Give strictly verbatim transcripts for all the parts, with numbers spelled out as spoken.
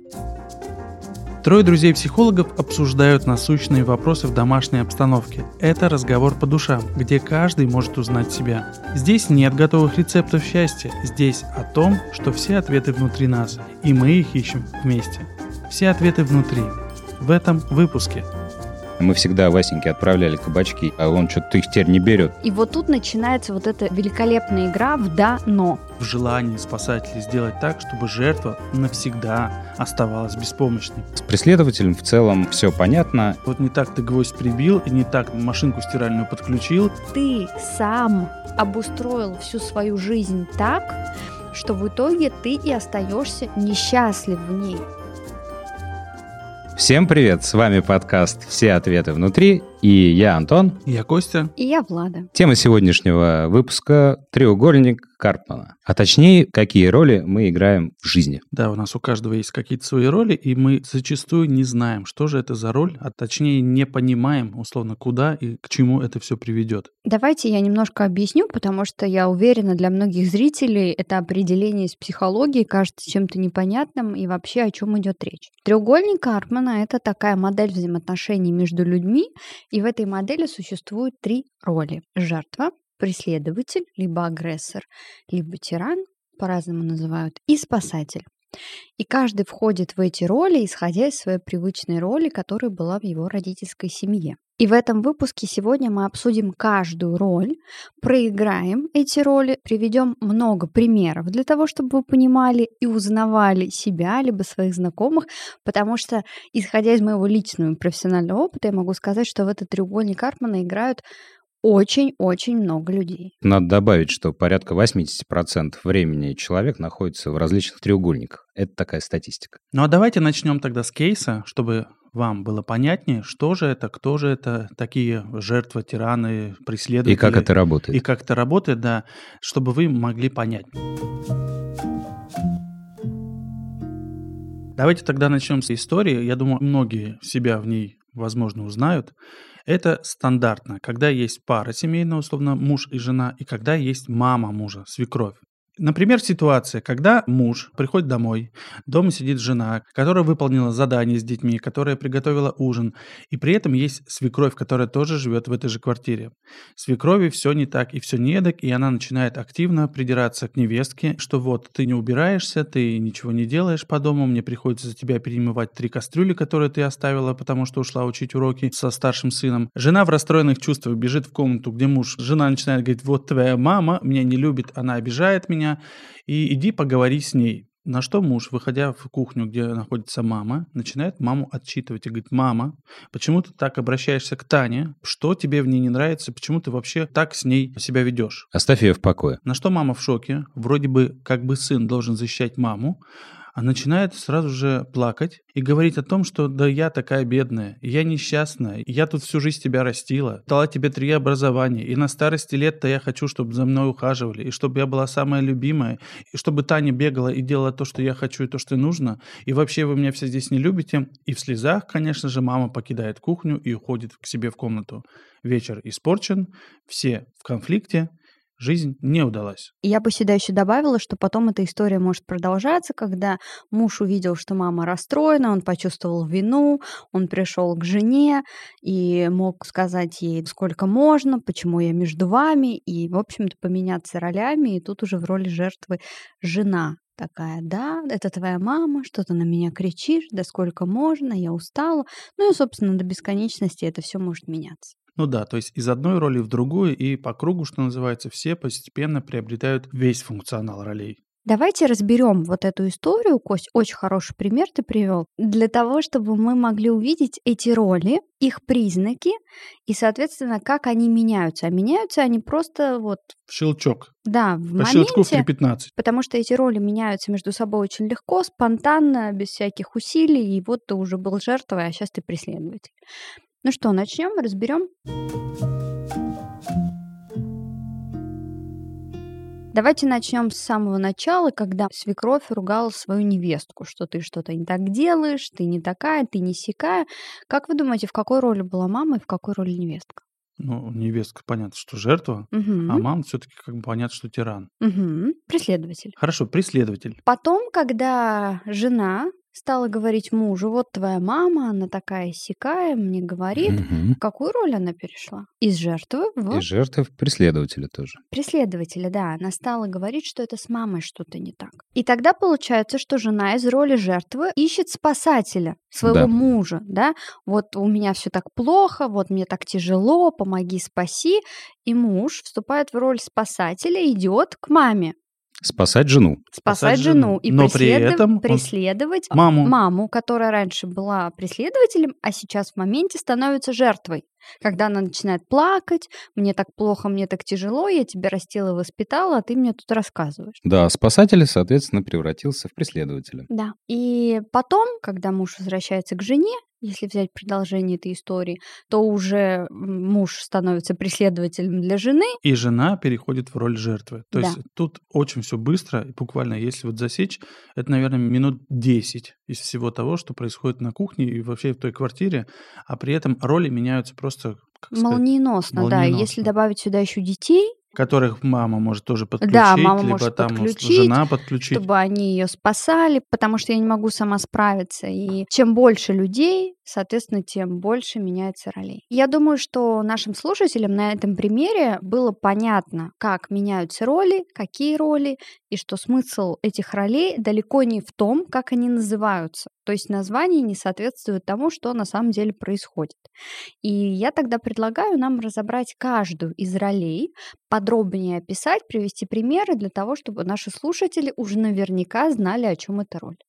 Трое друзей-психологов обсуждают насущные вопросы в домашней обстановке. Это разговор по душам, где каждый может узнать себя. Здесь нет готовых рецептов счастья. Здесь о том, что все ответы внутри нас, и мы их ищем вместе. Все ответы внутри. В этом выпуске. Мы всегда Васеньке отправляли кабачки, а он что-то их теперь не берет. И вот тут начинается вот эта великолепная игра в «да-но». В желании спасателей сделать так, чтобы жертва навсегда оставалась беспомощной. С преследователем в целом все понятно. Вот не так ты гвоздь прибил, и не так машинку стиральную подключил. Ты сам обустроил всю свою жизнь так, что в итоге ты и остаешься несчастлив в ней. Всем привет, с вами подкаст «Все ответы внутри», и я Антон. Я Костя. И я Влада. Тема сегодняшнего выпуска – треугольник Карпмана. А точнее, какие роли мы играем в жизни. Да, у нас у каждого есть какие-то свои роли, и мы зачастую не знаем, что же это за роль, а точнее не понимаем, условно, куда и к чему это все приведет. Давайте я немножко объясню, потому что я уверена, для многих зрителей это определение из психологии кажется чем-то непонятным и вообще о чем идет речь. Треугольник Карпмана – это такая модель взаимоотношений между людьми, и в этой модели существует три роли. Жертва, преследователь, либо агрессор, либо тиран, по-разному называют, и спасатель. И каждый входит в эти роли, исходя из своей привычной роли, которая была в его родительской семье. И в этом выпуске сегодня мы обсудим каждую роль, проиграем эти роли, приведем много примеров для того, чтобы вы понимали и узнавали себя, либо своих знакомых, потому что, исходя из моего личного и профессионального опыта, я могу сказать, что в этот треугольник Карпмана играют очень-очень много людей. Надо добавить, что порядка восемьдесят процентов времени человек находится в различных треугольниках. Это такая статистика. Ну а давайте начнем тогда с кейса, чтобы вам было понятнее, что же это, кто же это, такие жертвы, тираны, преследователи. И как это работает. И как это работает, да, чтобы вы могли понять. Давайте тогда начнем с истории. Я думаю, многие себя в ней, возможно, узнают. Это стандартно, когда есть пара семейная, условно, муж и жена, и когда есть мама мужа, свекровь. Например, ситуация, когда муж приходит домой, дома сидит жена, которая выполнила задание с детьми, которая приготовила ужин, и при этом есть свекровь, которая тоже живет в этой же квартире. Свекрови все не так и все не эдак, и она начинает активно придираться к невестке, что вот, ты не убираешься, ты ничего не делаешь по дому, мне приходится за тебя перемывать три кастрюли, которые ты оставила, потому что ушла учить уроки со старшим сыном. Жена в расстроенных чувствах бежит в комнату, где муж. Жена начинает говорить, вот твоя мама меня не любит, она обижает меня, и иди поговори с ней. На что муж, выходя в кухню, где находится мама, начинает маму отчитывать и говорит, мама, почему ты так обращаешься к Тане? Что тебе в ней не нравится? Почему ты вообще так с ней себя ведешь? Оставь ее в покое. На что мама в шоке, вроде бы как бы сын должен защищать маму, а начинает сразу же плакать и говорить о том, что да я такая бедная, я несчастная, я тут всю жизнь тебя растила, дала тебе три образования, и на старости лет-то я хочу, чтобы за мной ухаживали, и чтобы я была самая любимая, и чтобы Таня бегала и делала то, что я хочу, и то, что нужно, и вообще вы меня все здесь не любите. И в слезах, конечно же, мама покидает кухню и уходит к себе в комнату. Вечер испорчен, все в конфликте. Жизнь не удалась. Я бы сюда еще добавила, что потом эта история может продолжаться, когда муж увидел, что мама расстроена, он почувствовал вину, он пришел к жене и мог сказать ей, сколько можно, почему я между вами, и, в общем-то, поменяться ролями, и тут уже в роли жертвы жена. Такая, да, это твоя мама, что ты на меня кричишь, да сколько можно, я устала. Ну и, собственно, до бесконечности это все может меняться. Ну да, то есть из одной роли в другую и по кругу, что называется, все постепенно приобретают весь функционал ролей. Давайте разберем вот эту историю, Кость, очень хороший пример ты привел, для того, чтобы мы могли увидеть эти роли, их признаки и, соответственно, как они меняются. А меняются они просто вот... Щелчок. Да, в По моменте, щелчку в три пятнадцать. потому что эти роли меняются между собой очень легко, спонтанно, без всяких усилий, и вот ты уже был жертвой, а сейчас ты преследователь. Ну что, начнем, разберем? Давайте начнем с самого начала, когда свекровь ругала свою невестку, что ты что-то не так делаешь, ты не такая, ты не сякая. Как вы думаете, в какой роли была мама и в какой роли невестка? Ну, невестка, понятно, что жертва, а Угу. мама все-таки как бы понятно, что тиран. Угу. Преследователь. Хорошо, преследователь. Потом, когда жена стала говорить мужу: вот твоя мама, она такая сякая, мне говорит. Мгм. В какую роль она перешла? Из жертвы в И жертвы преследователя тоже. преследователя, да. Она стала говорить, что это с мамой что-то не так. И тогда получается, что жена из роли жертвы ищет спасателя, своего Да. мужа, да. Вот у меня все так плохо, вот мне так тяжело, помоги, спаси. И муж вступает в роль спасателя, идет к маме, Спасать жену. спасать Спасать жену жену. и Но при преследов- этом он преследовать маму. маму, которая раньше была преследователем, а сейчас в моменте становится жертвой. Когда она начинает плакать: мне так плохо, мне так тяжело, я тебя растила и воспитала, а ты мне тут рассказываешь. Да, спасатель, соответственно, превратился в преследователя. Да. И потом, когда муж возвращается к жене, если взять продолжение этой истории, то уже м, муж становится преследователем для жены. И жена переходит в роль жертвы. То Да. есть тут очень все быстро, и буквально, если вот засечь, это, наверное, минут десять из всего того, что происходит на кухне и вообще в той квартире, а при этом роли меняются просто, как сказать, Молниеносно, да. И если молниеносно. добавить сюда еще детей, Которых мама может тоже да, подключить, мама либо может там подключить, жена подключить. чтобы они ее спасали, потому что я не могу сама справиться. И чем больше людей, соответственно, тем больше меняется ролей. Я думаю, что нашим слушателям на этом примере было понятно, как меняются роли, какие роли, и что смысл этих ролей далеко не в том, как они называются. То есть название не соответствует тому, что на самом деле происходит. И я тогда предлагаю нам разобрать каждую из ролей, подробнее описать, привести примеры для того, чтобы наши слушатели уже наверняка знали, о чем эта роль.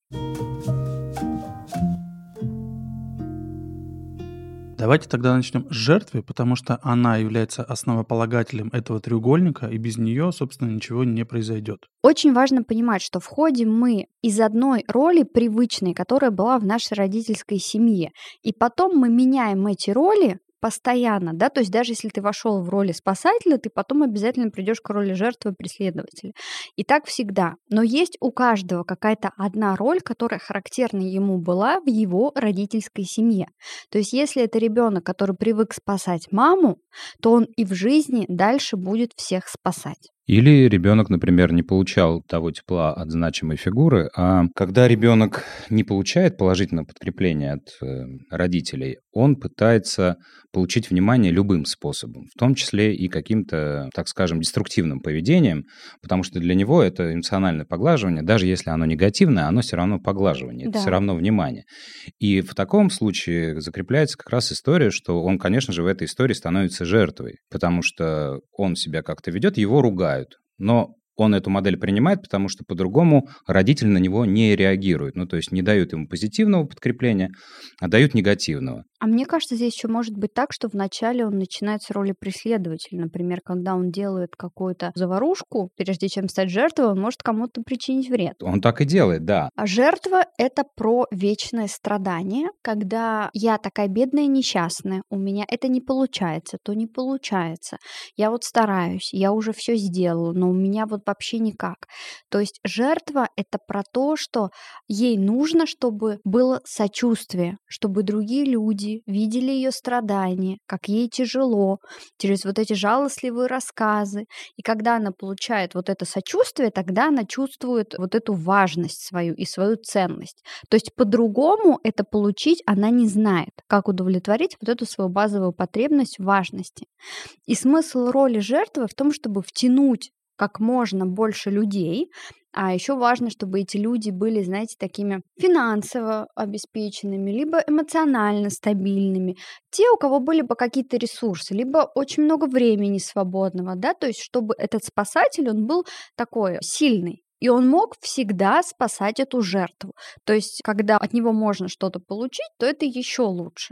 Давайте тогда начнем с жертвы, потому что она является основополагателем этого треугольника, и без нее, собственно, ничего не произойдет. Очень важно понимать, что входим мы из одной роли привычной, которая была в нашей родительской семье, и потом мы меняем эти роли постоянно, да, то есть даже если ты вошел в роли спасателя, ты потом обязательно придешь к роли жертвы, преследователя. И так всегда. Но есть у каждого какая-то одна роль, которая характерна ему была в его родительской семье. То есть если это ребенок, который привык спасать маму, то он и в жизни дальше будет всех спасать. Или ребенок, например, не получал того тепла от значимой фигуры, а когда ребенок не получает положительного подкрепления от э, родителей, он пытается получить внимание любым способом, в том числе и каким-то, так скажем, деструктивным поведением, потому что для него это эмоциональное поглаживание, даже если оно негативное, оно все равно поглаживание, это Да. все равно внимание. И в таком случае закрепляется как раз история, что он, конечно же, в этой истории становится жертвой, потому что он себя как-то ведет, его ругают. Но он эту модель принимает, потому что по-другому родители на него не реагируют. Ну, то есть не дают ему позитивного подкрепления, а дают негативного. А мне кажется, здесь еще может быть так, что вначале он начинает с роли преследователя. Например, когда он делает какую-то заварушку, прежде чем стать жертвой, он может кому-то причинить вред. Он так и делает, да. А жертва — это про вечное страдание, когда я такая бедная, несчастная, у меня это не получается, то не получается. Я вот стараюсь, я уже все сделала, но у меня вот вообще никак. То есть жертва — это про то, что ей нужно, чтобы было сочувствие, чтобы другие люди видели ее страдания, как ей тяжело, через вот эти жалостливые рассказы. И когда она получает вот это сочувствие, тогда она чувствует вот эту важность свою и свою ценность. То есть по-другому это получить она не знает, как удовлетворить вот эту свою базовую потребность в важности. И смысл роли жертвы в том, чтобы втянуть как можно больше людей, а еще важно, чтобы эти люди были, знаете, такими финансово обеспеченными, либо эмоционально стабильными. Те, у кого были бы какие-то ресурсы, либо очень много времени свободного, да, то есть чтобы этот спасатель, он был такой сильный. И он мог всегда спасать эту жертву. То есть, когда от него можно что-то получить, то это еще лучше.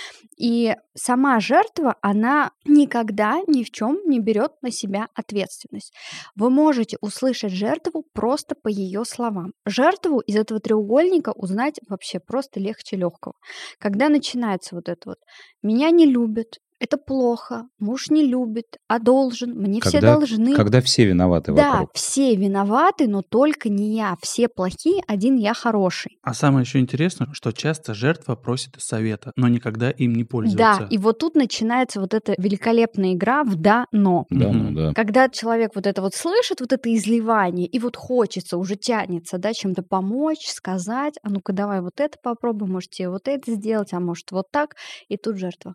И сама жертва, она никогда ни в чем не берет на себя ответственность. Вы можете услышать жертву просто по ее словам. Жертву из этого треугольника узнать вообще просто легче легкого. Когда начинается вот это вот: меня не любят, это плохо, муж не любит, а должен, мне все Когда, должны. когда все виноваты Да, вокруг. все виноваты, но только не я. Все плохие, один я хороший. А самое еще интересное, что часто жертва просит совета, но никогда им не Да, пользуется. и вот тут начинается вот эта великолепная игра в «да-но». Да, ну Мгм. да. Когда человек вот это вот слышит, вот это изливание, и вот хочется, уже тянется, да, чем-то помочь, сказать, а ну-ка давай вот это попробуй, может тебе вот это сделать, а может вот так, и тут жертва.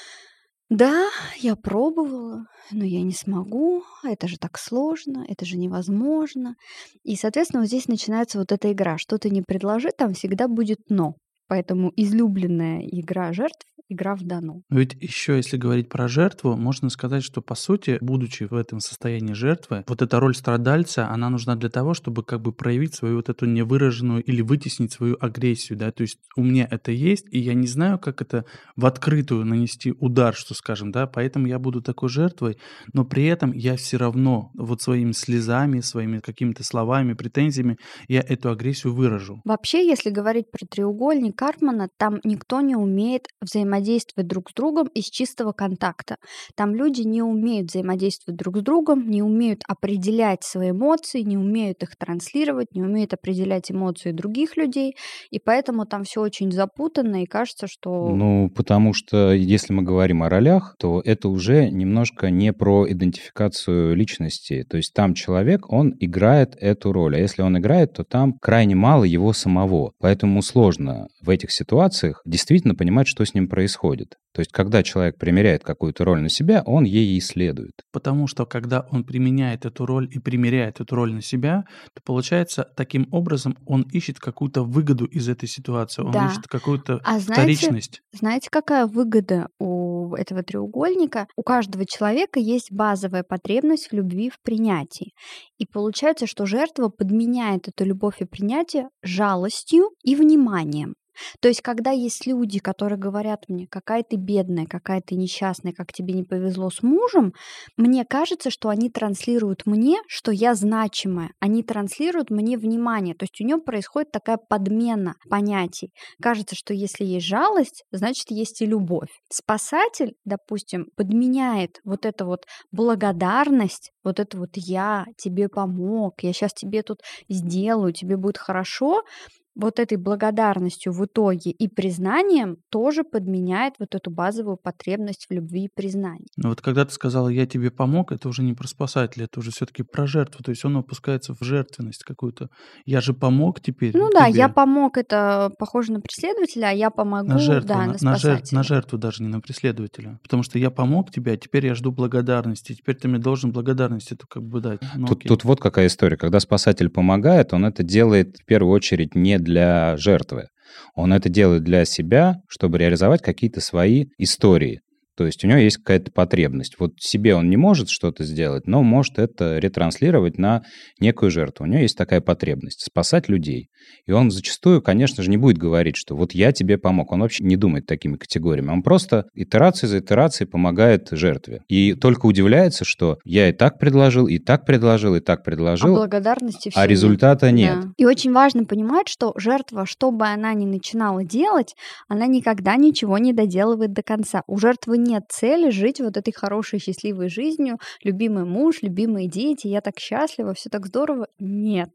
Да, я пробовала, но я не смогу, это же так сложно, это же невозможно. И, соответственно, вот здесь начинается вот эта игра. Что ты не предложи, там всегда будет «но». Поэтому излюбленная игра жертв — игра в «да-но». Но ведь еще, если говорить про жертву, можно сказать, что, по сути, будучи в этом состоянии жертвы, вот эта роль страдальца, она нужна для того, чтобы как бы проявить свою вот эту невыраженную или вытеснить свою агрессию, да, то есть у меня это есть, и я не знаю, как это в открытую нанести удар, что скажем, да, поэтому я буду такой жертвой, но при этом я все равно вот своими слезами, своими какими-то словами, претензиями я эту агрессию выражу. Вообще, если говорить про треугольник Карпмана, там никто не умеет взаимодействовать друг с другом из чистого контакта. Там люди не умеют взаимодействовать друг с другом, не умеют определять свои эмоции, не умеют их транслировать, не умеют определять эмоции других людей, и поэтому там все очень запутанно, и кажется, что... Ну, потому что если мы говорим о ролях, то это уже немножко не про идентификацию личности. То есть там человек, он играет эту роль. А если он играет, то там крайне мало его самого. Поэтому сложно в этих ситуациях действительно понимать, что с ним происходит. То есть когда человек примеряет какую-то роль на себя, он ей и следует. Потому что когда он применяет эту роль и примеряет эту роль на себя, то получается, таким образом он ищет какую-то выгоду из этой ситуации, он Да. ищет какую-то А знаете, вторичность. знаете, какая выгода у этого треугольника? У каждого человека есть базовая потребность в любви, в принятии. И получается, что жертва подменяет эту любовь и принятие жалостью и вниманием. То есть, когда есть люди, которые говорят мне, какая ты бедная, какая ты несчастная, как тебе не повезло с мужем, мне кажется, что они транслируют мне, что я значимая. Они транслируют мне внимание. То есть у него происходит такая подмена понятий. Кажется, что если есть жалость, значит, есть и любовь. Спасатель, допустим, подменяет вот эту вот благодарность, вот это вот «я тебе помог, я сейчас тебе тут сделаю, тебе будет хорошо», вот этой благодарностью в итоге и признанием тоже подменяет вот эту базовую потребность в любви и признании. Но вот когда ты сказала «я тебе помог», это уже не про спасателя, это уже все-таки про жертву, то есть он опускается в жертвенность какую-то. Я же помог теперь Ну да, я тебе. помог, это похоже на преследователя, а я На помогу, жертву, да, на, на на, жертв, на спасателя. жертву даже, не на преследователя. Потому что я помог тебе, а теперь я жду благодарности. Теперь ты мне должен благодарность эту как бы дать. Ну, Тут, окей. тут вот какая история. Когда спасатель помогает, он это делает в первую очередь не для жертвы. Он это делает для себя, чтобы реализовать какие-то свои истории. То есть у него есть какая-то потребность. Вот себе он не может что-то сделать, но может это ретранслировать на некую жертву. У него есть такая потребность — спасать людей. И он зачастую, конечно же, не будет говорить, что вот я тебе помог. Он вообще не думает такими категориями. Он просто итерацией за итерацией помогает жертве. И только удивляется, что я и так предложил, и так предложил, и так А предложил, благодарности все а результата нет. Да. И очень важно понимать, что жертва, что бы она ни начинала делать, она никогда ничего не доделывает до конца. У жертвы нет цели жить вот этой хорошей, счастливой жизнью, любимый муж, любимые дети, я так счастлива, все так здорово. Нет.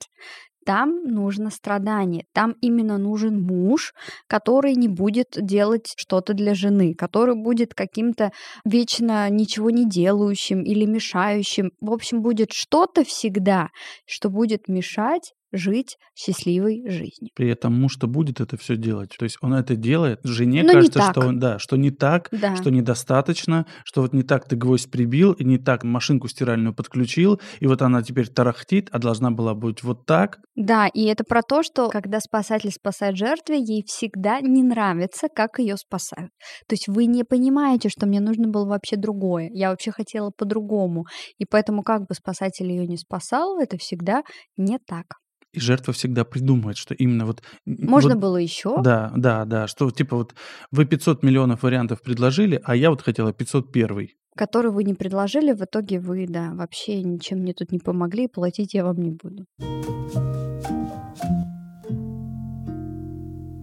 Там нужно страдание, там именно нужен муж, который не будет делать что-то для жены, который будет каким-то вечно ничего не делающим или мешающим. В общем, будет что-то всегда, что будет мешать жить счастливой жизнью. При этом муж-то будет это все делать. То есть он это делает. Жене Но не кажется, так. что он, да, что не так, Да. что недостаточно, что вот не так ты гвоздь прибил, и не так машинку стиральную подключил, и вот она теперь тарахтит, а должна была быть вот так. Да, и это про то, что когда спасатель спасает жертве, ей всегда не нравится, как ее спасают. То есть вы не понимаете, что мне нужно было вообще другое. Я вообще хотела по-другому. И поэтому как бы спасатель ее не спасал, это всегда не так. И жертва всегда придумывает, что именно вот... Можно вот, было еще. Да, да, да, что типа вот вы пятьсот миллионов вариантов предложили, а я вот хотела пятьсот первый. Который вы не предложили, в итоге вы, да, вообще ничем мне тут не помогли, платить я вам не буду.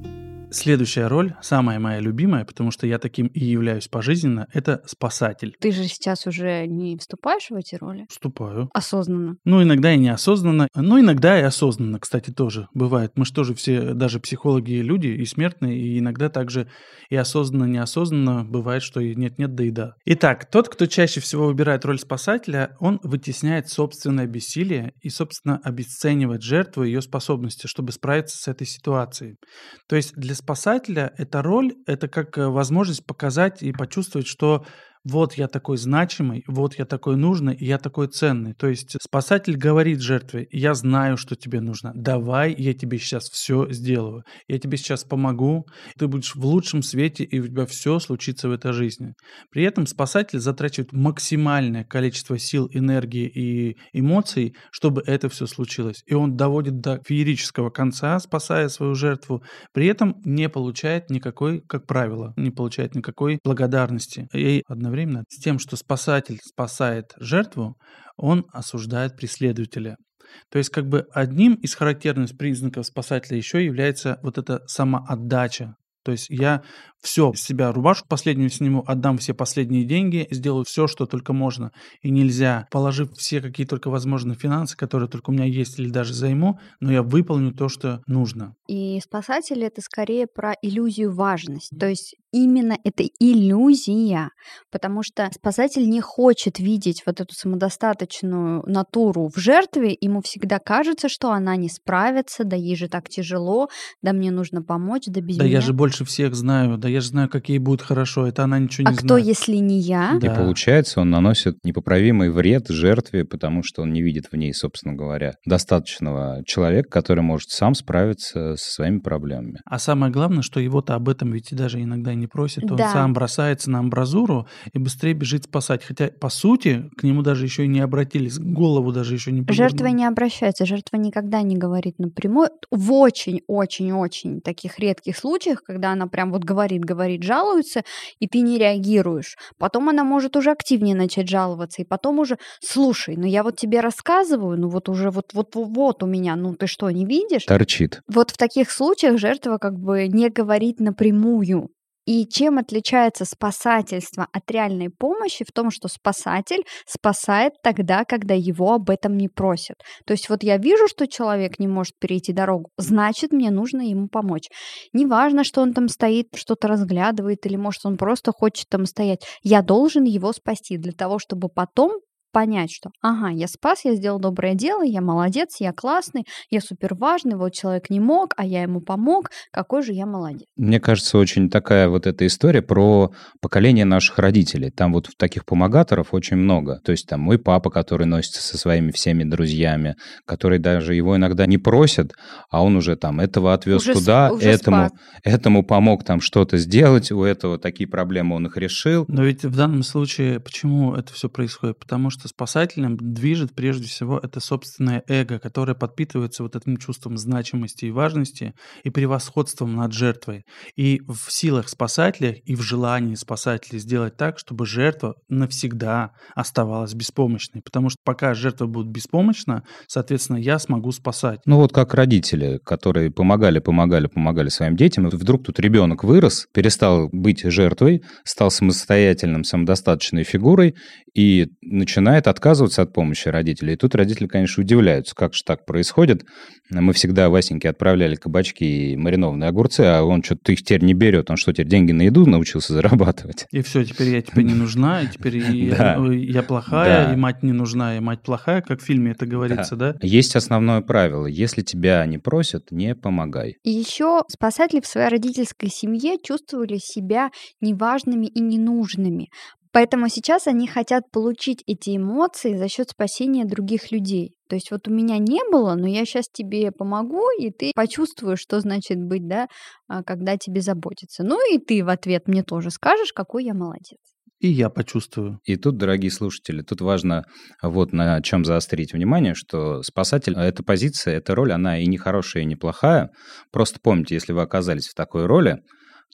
Следующая роль, самая моя любимая, потому что я таким и являюсь пожизненно, это спасатель. Ты же сейчас уже не вступаешь в эти роли? Вступаю. Осознанно. Ну, иногда и неосознанно, но иногда и осознанно, кстати, тоже бывает. Мы же тоже все, даже психологи, люди и смертные, и иногда также и осознанно, неосознанно бывает, что и нет-нет, да и да. Итак, тот, кто чаще всего выбирает роль спасателя, он вытесняет собственное бессилие и, собственно, обесценивает жертву и ее способности, чтобы справиться с этой ситуацией. То есть для спасателя эта роль, это как э, возможность показать и почувствовать, что вот я такой значимый, вот я такой нужный, и я такой ценный. То есть спасатель говорит жертве: я знаю, что тебе нужно, давай я тебе сейчас все сделаю, я тебе сейчас помогу, ты будешь в лучшем свете, и у тебя все случится в этой жизни. При этом спасатель затрачивает максимальное количество сил, энергии и эмоций, чтобы это все случилось. И он доводит до феерического конца, спасая свою жертву, при этом не получает никакой, как правило, не получает никакой благодарности. И одновременно с тем, что спасатель спасает жертву, он осуждает преследователя. То есть как бы одним из характерных признаков спасателя еще является вот эта самоотдача. То есть я все, с себя рубашку последнюю сниму, отдам все последние деньги, сделаю все, что только можно и нельзя, положив все какие только возможные финансы, которые только у меня есть, или даже займу, но я выполню то, что нужно. И спасатель это скорее про иллюзию важности. То есть именно это иллюзия, потому что спасатель не хочет видеть вот эту самодостаточную натуру в жертве, ему всегда кажется, что она не справится, да ей же так тяжело, да мне нужно помочь, да без Да меня. я же больше всех знаю, да я же знаю, как ей будет хорошо, это она ничего А не кто, знает. если не я? Да. И получается, он наносит непоправимый вред жертве, потому что он не видит в ней, собственно говоря, достаточного человека, который может сам справиться со своими проблемами. А самое главное, что его-то об этом ведь и даже иногда и не просит. Он Да. сам бросается на амбразуру и быстрее бежит спасать. Хотя, по сути, к нему даже еще и не обратились, голову даже еще не повернули. Жертва не обращается, жертва никогда не говорит напрямую. В очень-очень-очень таких редких случаях, когда она прям вот говорит, говорит, жалуется, и ты не реагируешь. Потом она может уже активнее начать жаловаться, и потом уже, слушай, ну я вот тебе рассказываю, ну вот уже вот, вот, вот, вот у меня, ну ты что, не видишь? Торчит. Вот в таких случаях жертва как бы не говорит напрямую. И чем отличается спасательство от реальной помощи? В том, что спасатель спасает тогда, когда его об этом не просят. То есть вот я вижу, что человек не может перейти дорогу, значит, мне нужно ему помочь. Неважно, что он там стоит, что-то разглядывает, или, может, он просто хочет там стоять. Я должен его спасти для того, чтобы потом понять, что ага, я спас, я сделал доброе дело, я молодец, я классный, я супер важный, вот человек не мог, а я ему помог, какой же я молодец. Мне кажется, очень такая вот эта история про поколение наших родителей. Там вот таких помогаторов очень много. То есть там мой папа, который носится со своими всеми друзьями, который даже его иногда не просят, а он уже там этого отвез Уже с- туда, уже этому, спас. этому помог там что-то сделать, у этого такие проблемы, он их решил. Но ведь в данном случае почему это все происходит? Потому что спасателем движет прежде всего это собственное эго, которое подпитывается вот этим чувством значимости и важности и превосходством над жертвой. И в силах спасателя и в желании спасателя сделать так, чтобы жертва навсегда оставалась беспомощной. Потому что пока жертва будет беспомощна, соответственно, я смогу спасать. Ну вот как родители, которые помогали, помогали, помогали своим детям, и вдруг тут ребенок вырос, перестал быть жертвой, стал самостоятельным, самодостаточной фигурой и начинает отказываться от помощи родителей. И тут родители, конечно, удивляются, как же так происходит. Мы всегда Васеньке отправляли кабачки и маринованные огурцы, а он что-то их теперь не берет. Он что, теперь деньги на еду научился зарабатывать? И все, теперь я тебе не нужна, и теперь и Да. я, я плохая, Да. и мать не нужна, и мать плохая, как в фильме это говорится, да? Есть основное правило. Если тебя не просят, не помогай. И еще спасатели в своей родительской семье чувствовали себя неважными и ненужными. Поэтому сейчас они хотят получить эти эмоции за счет спасения других людей. То есть вот у меня не было, но я сейчас тебе помогу, и ты почувствуешь, что значит быть, да, а, когда тебе заботятся. Ну и ты в ответ мне тоже скажешь, какой я молодец. И я почувствую. И тут, дорогие слушатели, тут важно вот на чем заострить внимание, что спасатель, эта позиция, эта роль, она и не хорошая, и не плохая. Просто помните, если вы оказались в такой роли,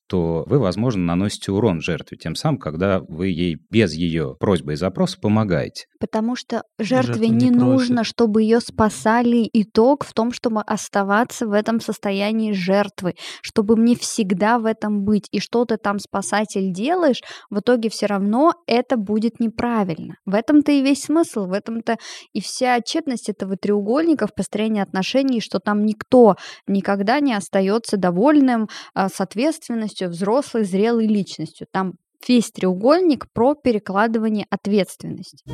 то вы, возможно, наносите урон жертве, тем самым, когда вы ей без ее просьбы и запроса помогаете. Потому что жертве Жертва не не нужно, просит. чтобы ее спасали. Итог в том, чтобы оставаться в этом состоянии жертвы, чтобы мне всегда в этом быть. И что ты там, спасатель, делаешь, в итоге все равно это будет неправильно. В этом-то и весь смысл, в этом-то и вся тщетность этого треугольника в построении отношений, что там никто никогда не остается довольным, а, с ответственностью, взрослой, зрелой личностью. Там весь треугольник про перекладывание ответственности.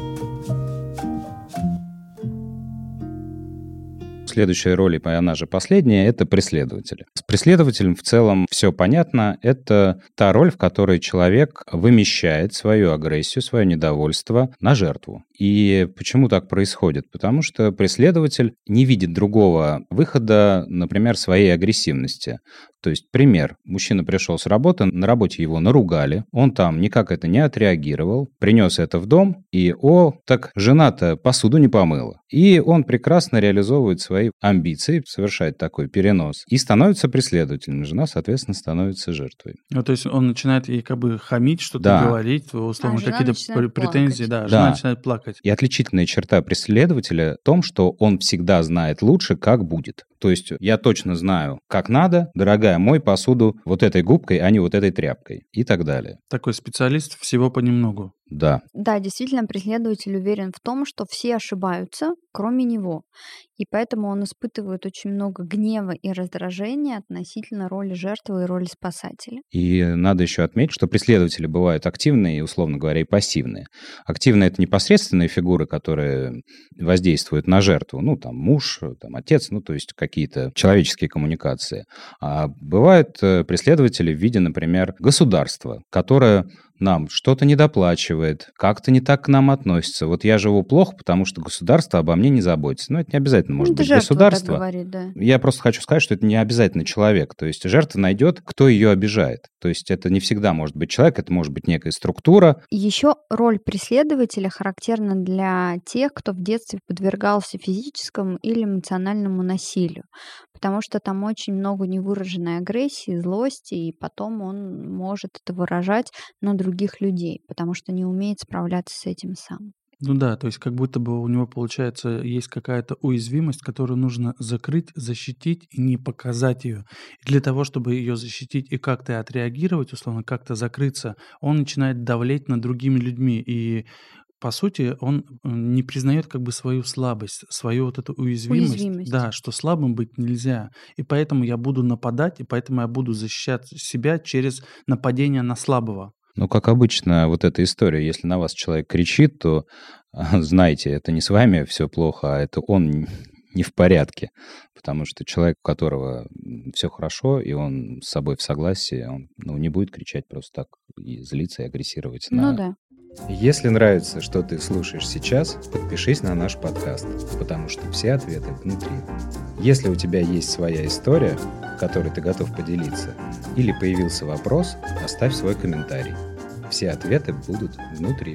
Следующая роль, и она же последняя, это преследователь. С преследователем в целом все понятно. Это та роль, в которой человек вымещает свою агрессию, свое недовольство на жертву. И почему так происходит? Потому что преследователь не видит другого выхода, например, своей агрессивности. То есть, пример. Мужчина пришел с работы, на работе его наругали, он там никак это не отреагировал, принес это в дом, и, о, так жена-то посуду не помыла. И он прекрасно реализовывает свои амбиции, совершает такой перенос, и становится преследователем. Жена, соответственно, становится жертвой. Ну, то есть он начинает ей как бы хамить, что-то Да. говорить, условно, А жена какие-то начинает пр- претензии. плакать. Да, Да. жена начинает плакать. И отличительная черта преследователя в том, что он всегда знает лучше, как будет. То есть я точно знаю, как надо, дорогая, мой посуду вот этой губкой, а не вот этой тряпкой и так далее. Такой специалист всего понемногу. Да. Да, действительно, преследователь уверен в том, что все ошибаются, кроме него. И поэтому он испытывает очень много гнева и раздражения относительно роли жертвы и роли спасателя. И надо еще отметить, что преследователи бывают активные, условно говоря, и пассивные. Активные — это непосредственные фигуры, которые воздействуют на жертву. Ну, там, муж, там, отец, ну, то есть какие-то человеческие коммуникации. А бывают э, преследователи в виде, например, государства, которое нам что-то недоплачивает, как-то не так к нам относится. Вот я живу плохо, потому что государство обо мне не заботится. Но это не обязательно может Ну, это быть жертва так государство. говорит, да. Я просто хочу сказать, что это не обязательно человек. То есть жертва найдет, кто ее обижает. То есть это не всегда может быть человек, это может быть некая структура. Еще роль преследователя характерна для тех, кто в детстве подвергался физическому или эмоциональному насилию, потому что там очень много невыраженной агрессии, злости, и потом он может это выражать на других людей, потому что не умеет справляться с этим сам. Ну да, то есть как будто бы у него, получается, есть какая-то уязвимость, которую нужно закрыть, защитить и не показать ее. И для того, чтобы ее защитить и как-то отреагировать, условно, как-то закрыться, он начинает давлеть над другими людьми. И по сути, он э, не признает как бы свою слабость, свою вот эту уязвимость. Уязвимость. Да, что слабым быть нельзя. И поэтому я буду нападать, и поэтому я буду защищать себя через нападение на слабого. Ну, как обычно, вот эта история, если на вас человек кричит, то а, знайте, это не с вами все плохо, а это он не в порядке. Потому что человек, у которого все хорошо, и он с собой в согласии, он ну, не будет кричать просто так и злиться, и агрессировать на... Ну да. Если нравится, что ты слушаешь сейчас, подпишись на наш подкаст, потому что все ответы внутри. Если у тебя есть своя история, которой ты готов поделиться, или появился вопрос, оставь свой комментарий. Все ответы будут внутри.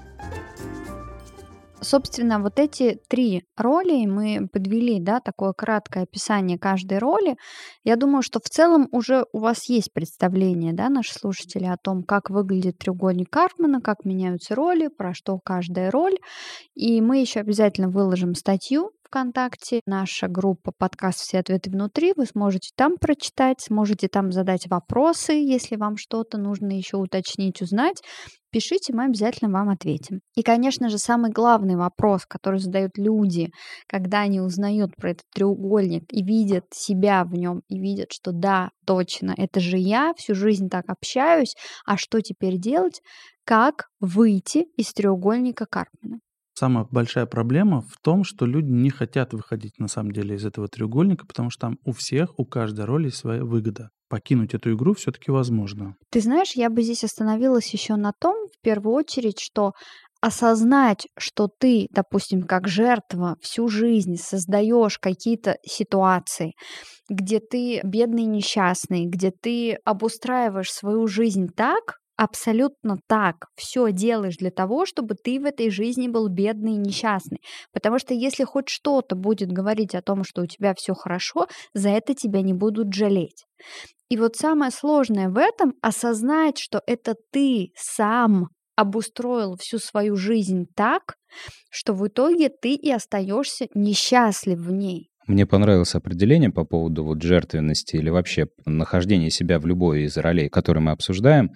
Собственно, вот эти три роли мы подвели, да, такое краткое описание каждой роли. Я думаю, что в целом уже у вас есть представление, да, наши слушатели, о том, как выглядит треугольник Карпмана, как меняются роли, про что каждая роль. И мы еще обязательно выложим статью ВКонтакте, наша группа подкаст «Все ответы внутри». Вы сможете там прочитать, сможете там задать вопросы, если вам что-то нужно еще уточнить, узнать. Пишите, мы обязательно вам ответим. И, конечно же, самый главный вопрос, который задают люди, когда они узнают про этот треугольник и видят себя в нем, и видят, что да, точно, это же я, всю жизнь так общаюсь, а что теперь делать? Как выйти из треугольника Карпмана? Самая большая проблема в том, что люди не хотят выходить на самом деле из этого треугольника, потому что там у всех, у каждой роли своя выгода. Покинуть эту игру все-таки возможно. Ты знаешь, я бы здесь остановилась еще на том, в первую очередь, что осознать, что ты, допустим, как жертва всю жизнь создаешь какие-то ситуации, где ты бедный, несчастный, где ты обустраиваешь свою жизнь так, абсолютно так, все делаешь для того, чтобы ты в этой жизни был бедный и несчастный. Потому что если хоть что-то будет говорить о том, что у тебя все хорошо, за это тебя не будут жалеть. И вот самое сложное в этом — осознать, что это ты сам обустроил всю свою жизнь так, что в итоге ты и остаешься несчастлив в ней. Мне понравилось определение по поводу вот жертвенности или вообще нахождения себя в любой из ролей, которые мы обсуждаем.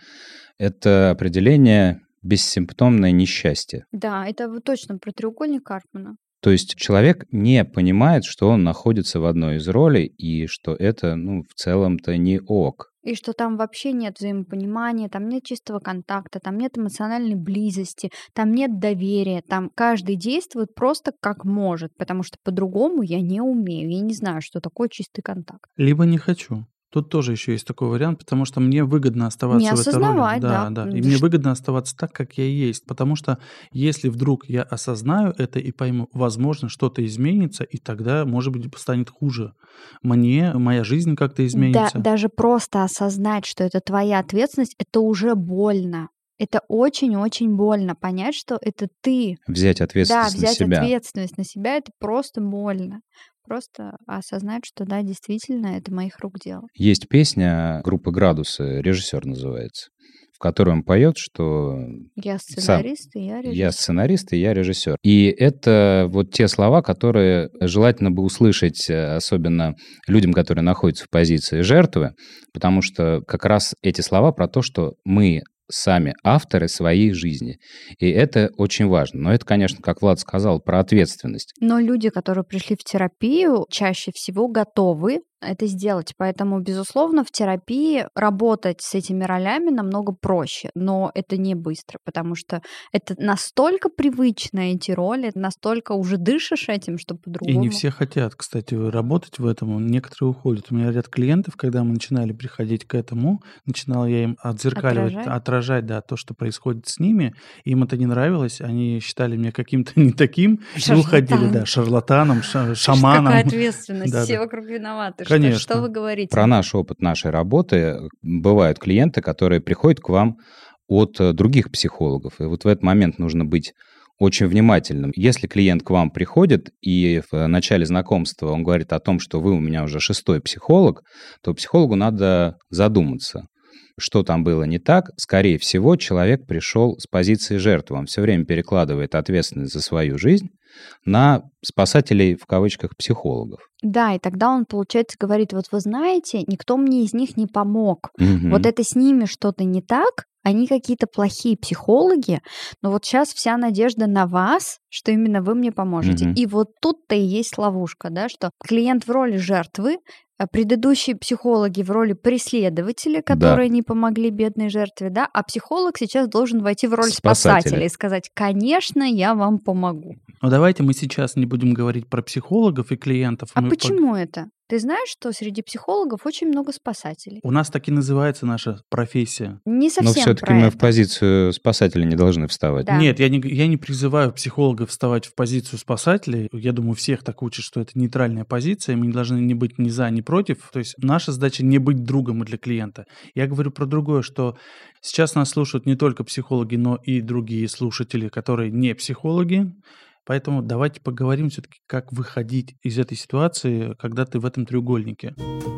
Это определение бессимптомное несчастье. Да, это вот точно про треугольник Карпмана. То есть человек не понимает, что он находится в одной из ролей, и что это, ну, в целом-то не ок. И что там вообще нет взаимопонимания, там нет чистого контакта, там нет эмоциональной близости, там нет доверия, там каждый действует просто как может, потому что по-другому я не умею, я не знаю, что такое чистый контакт. Либо не хочу. Тут тоже еще есть такой вариант, потому что мне выгодно оставаться Не в этой роли. осознавать, Да, да. да. М, И да мне ш- выгодно оставаться так, как я есть. Потому что если вдруг я осознаю это и пойму, возможно, что-то изменится, и тогда, может быть, станет хуже. Мне, моя жизнь как-то Да, изменится. даже просто осознать, что это твоя ответственность, это уже больно. Это очень-очень больно понять, что это ты. Взять Да, ответственность на взять себя. ответственность на себя — это просто больно. Просто осознать, что да, действительно, это моих рук дело. Есть песня группы «Градусы», «Режиссер» называется, в которой он поет, что Я сам сценарист, и я я режиссер. сценарист, и я режиссер. И это вот те слова, которые желательно бы услышать, э, особенно людям, которые находятся в позиции жертвы, потому что как раз эти слова про то, что мы сами авторы своей жизни. И это очень важно. Но это, конечно, как Влад сказал, про ответственность. Но люди, которые пришли в терапию, чаще всего готовы это сделать. Поэтому, безусловно, в терапии работать с этими ролями намного проще. Но это не быстро, потому что это настолько привычно, эти роли, настолько уже дышишь этим, что И не по-другому. все хотят, кстати, работать в этом. Некоторые уходят. У меня ряд клиентов, когда мы начинали приходить к этому, начинал я им отзеркаливать, Отражать. отражать, да, то, что происходит с ними. Им это не нравилось. Они считали меня каким-то не таким и уходили, Шарлатан. да, шарлатаном, ша- Какая шаманом. ответственность, Да, все да. вокруг виноваты. Что, что Конечно. вы говорите? Про наш опыт нашей работы. Бывают клиенты, которые приходят к вам от э, других психологов. И вот в этот момент нужно быть очень внимательным. Если клиент к вам приходит, и в начале знакомства он говорит о том, что вы у меня уже шестой психолог, то психологу надо задуматься, что там было не так. Скорее всего, человек пришел с позиции жертвы. Он все время перекладывает ответственность за свою жизнь на спасателей, в кавычках, психологов. Да, и тогда он, получается, говорит, вот вы знаете, никто мне из них не помог. Мгм. Вот это с ними что-то не так, они какие-то плохие психологи, но вот сейчас вся надежда на вас, что именно вы мне поможете. Мгм. И вот тут-то и есть ловушка, да, что клиент в роли жертвы, а предыдущие психологи в роли преследователя, Да. которые не помогли бедной жертве, да, а психолог сейчас должен войти в роль Спасателя. спасателя и сказать, конечно, я вам помогу. Но давайте мы сейчас не будем говорить про психологов и клиентов. А Мы пог- почему это? Ты знаешь, что среди психологов очень много спасателей? У нас так и называется наша профессия. Не Но совсем все-таки про мы это. в позицию спасателя не должны вставать. Да. Нет, я не, г- я не призываю психологов вставать в позицию спасателей. Я думаю, всех так учат, что это нейтральная позиция, мы не должны не быть ни за, ни против. То есть наша задача не быть другом для клиента. Я говорю про другое, что сейчас нас слушают не только психологи, но и другие слушатели, которые не психологи. Поэтому давайте поговорим все-таки, как выходить из этой ситуации, когда ты в этом треугольнике.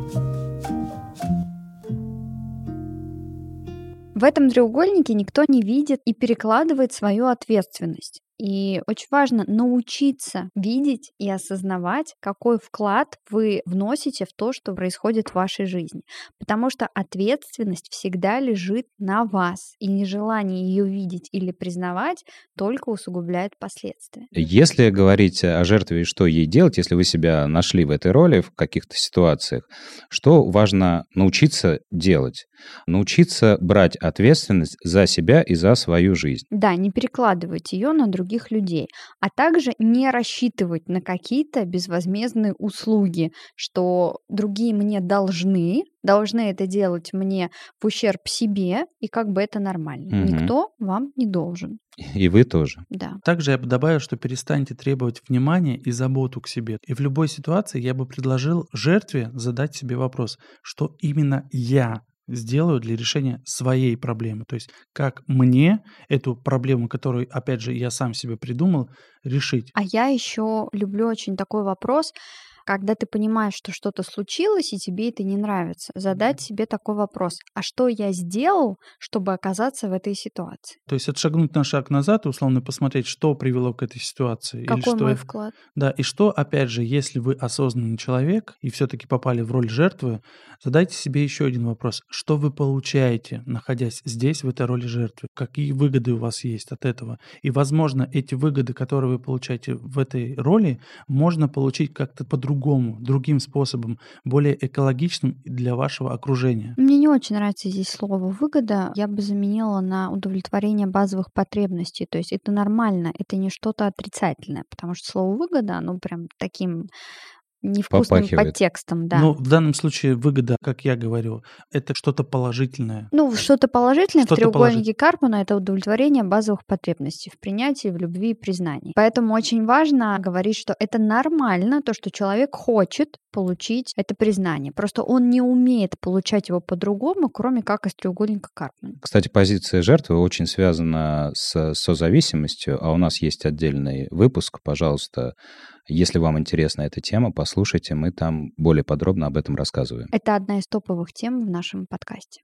В этом треугольнике никто не видит и перекладывает свою ответственность. И очень важно научиться видеть и осознавать, какой вклад вы вносите в то, что происходит в вашей жизни. Потому что ответственность всегда лежит на вас, и нежелание ее видеть или признавать только усугубляет последствия. Если говорить о жертве и что ей делать, если вы себя нашли в этой роли в каких-то ситуациях, что важно научиться делать? Научиться брать ответственность за себя и за свою жизнь. Да, не перекладывать ее на других людей, а также не рассчитывать на какие-то безвозмездные услуги, что другие мне должны, должны это делать мне в ущерб себе, и как бы это нормально. Мгм. Никто вам не должен. И вы тоже. Да. Также я бы добавил, что перестаньте требовать внимания и заботу к себе. И в любой ситуации я бы предложил жертве задать себе вопрос, что именно я сделаю для решения своей проблемы. То есть как мне эту проблему, которую, опять же, я сам себе придумал, решить. А я еще люблю очень такой вопрос, Когда ты понимаешь, что что-то случилось, и тебе это не нравится, задать себе такой вопрос. А что я сделал, чтобы оказаться в этой ситуации? То есть отшагнуть на шаг назад и условно посмотреть, что привело к этой ситуации. Какой или что мой это- вклад? Да, и что, опять же, если вы осознанный человек и все-таки попали в роль жертвы, задайте себе еще один вопрос. Что вы получаете, находясь здесь, в этой роли жертвы? Какие выгоды у вас есть от этого? И, возможно, эти выгоды, которые вы получаете в этой роли, можно получить как-то по-другому, другим способом, более экологичным для вашего окружения. Мне не очень нравится здесь слово «выгода». Я бы заменила на удовлетворение базовых потребностей. То есть это нормально, это не что-то отрицательное, потому что слово «выгода», оно прям таким невкусным Попахивает. подтекстом, да. Ну, в данном случае выгода, как я говорю, это что-то положительное. Ну, что-то положительное Что-то в треугольнике Карпмана — это удовлетворение базовых потребностей в принятии, в любви и признании. Поэтому очень важно говорить, что это нормально, то, что человек хочет получить это признание. Просто он не умеет получать его по-другому, кроме как из треугольника Карпмана. Кстати, позиция жертвы очень связана с созависимостью, а у нас есть отдельный выпуск. Пожалуйста, если вам интересна эта тема, послушайте, мы там более подробно об этом рассказываем. Это одна из топовых тем в нашем подкасте.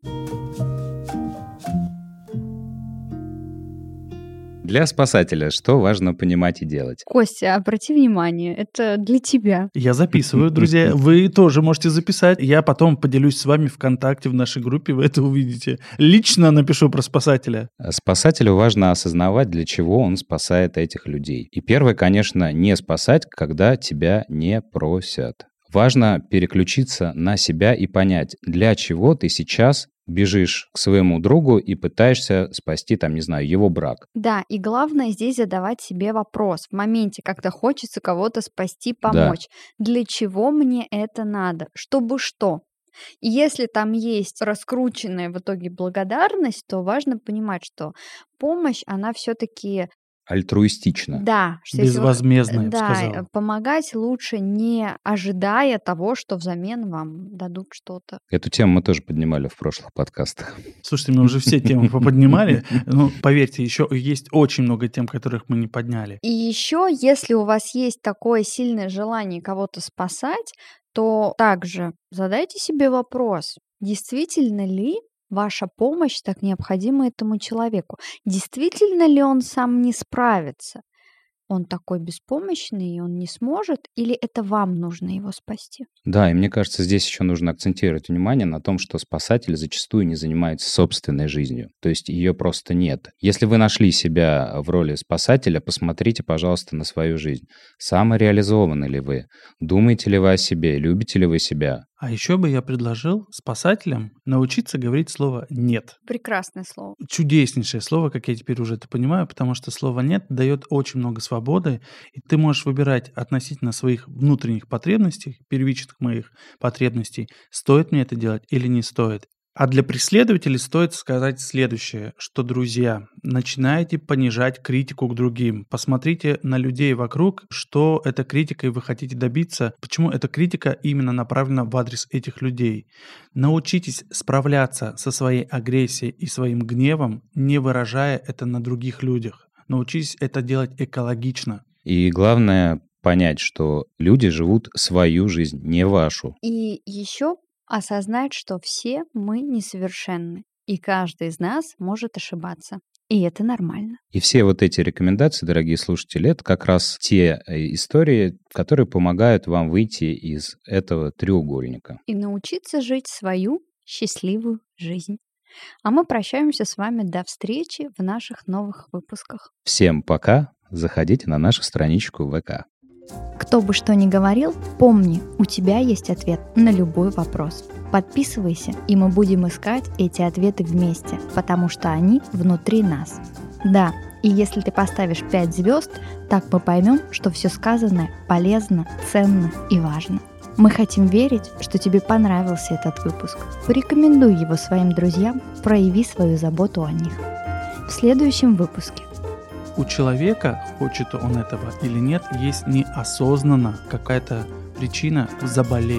Для спасателя что важно понимать и делать? Костя, обрати внимание, это для тебя. Я записываю, друзья. Вы тоже можете записать. Я потом поделюсь с вами ВКонтакте в нашей группе, вы это увидите. Лично напишу про спасателя. Спасателю важно осознавать, для чего он спасает этих людей. И первое, конечно, не спасать, когда тебя не просят. Важно переключиться на себя и понять, для чего ты сейчас бежишь к своему другу и пытаешься спасти, там, не знаю, его брак. Да, и главное здесь задавать себе вопрос в моменте, когда хочется кого-то спасти, помочь. Для чего мне это надо? Чтобы что? И если там есть раскрученная в итоге благодарность, то важно понимать, что помощь, она все-таки... Альтруистично. Да, что если вы- Безвозмездно, я бы да, сказал. э, помогать лучше, не ожидая того, что взамен вам дадут что-то. Эту тему мы тоже поднимали в прошлых подкастах. Слушайте, мы уже все темы поподнимали. Ну, поверьте, еще есть очень много тем, которых мы не подняли. И еще, если у вас есть такое сильное желание кого-то спасать, то также задайте себе вопрос, действительно ли ваша помощь так необходима этому человеку? Действительно ли он сам не справится? Он такой беспомощный, и он не сможет? Или это вам нужно его спасти? Да, и мне кажется, здесь еще нужно акцентировать внимание на том, что спасатель зачастую не занимается собственной жизнью. То есть ее просто нет. Если вы нашли себя в роли спасателя, посмотрите, пожалуйста, на свою жизнь. Самореализованы ли вы? Думаете ли вы о себе? Любите ли вы себя? А еще бы я предложил спасателям научиться говорить слово «нет». Прекрасное слово. Чудеснейшее слово, как я теперь уже это понимаю, потому что слово «нет» дает очень много свободы, и ты можешь выбирать относительно своих внутренних потребностей, первичных моих потребностей, стоит мне это делать или не стоит. А для преследователей стоит сказать следующее, что, друзья, начинайте понижать критику к другим. Посмотрите на людей вокруг, что этой критикой вы хотите добиться, почему эта критика именно направлена в адрес этих людей. Научитесь справляться со своей агрессией и своим гневом, не выражая это на других людях. Научитесь это делать экологично. И главное понять, что люди живут свою жизнь, не вашу. И еще осознать, что все мы несовершенны, и каждый из нас может ошибаться. И это нормально. И все вот эти рекомендации, дорогие слушатели, это как раз те истории, которые помогают вам выйти из этого треугольника. И научиться жить свою счастливую жизнь. А мы прощаемся с вами до встречи в наших новых выпусках. Всем пока. Заходите на нашу страничку в ВК. Кто бы что ни говорил, помни, у тебя есть ответ на любой вопрос. Подписывайся, и мы будем искать эти ответы вместе, потому что они внутри нас. Да, и если ты поставишь пять звезд, так мы поймем, что все сказанное полезно, ценно и важно. Мы хотим верить, что тебе понравился этот выпуск. Порекомендуй его своим друзьям, прояви свою заботу о них. В следующем выпуске. У человека, хочет он этого или нет, есть неосознанно какая-то причина заболеть.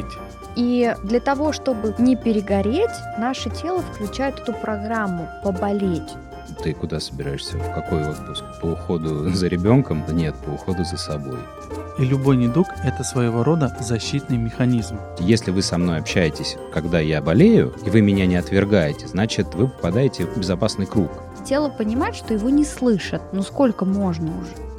И для того, чтобы не перегореть, наше тело включает эту программу «поболеть». Ты куда собираешься? В какой отпуск? По уходу за ребенком? Да нет, по уходу за собой. И любой недуг – это своего рода защитный механизм. Если вы со мной общаетесь, когда я болею, и вы меня не отвергаете, значит, вы попадаете в безопасный круг. Тело понимает, что его не слышат. Ну сколько можно уже?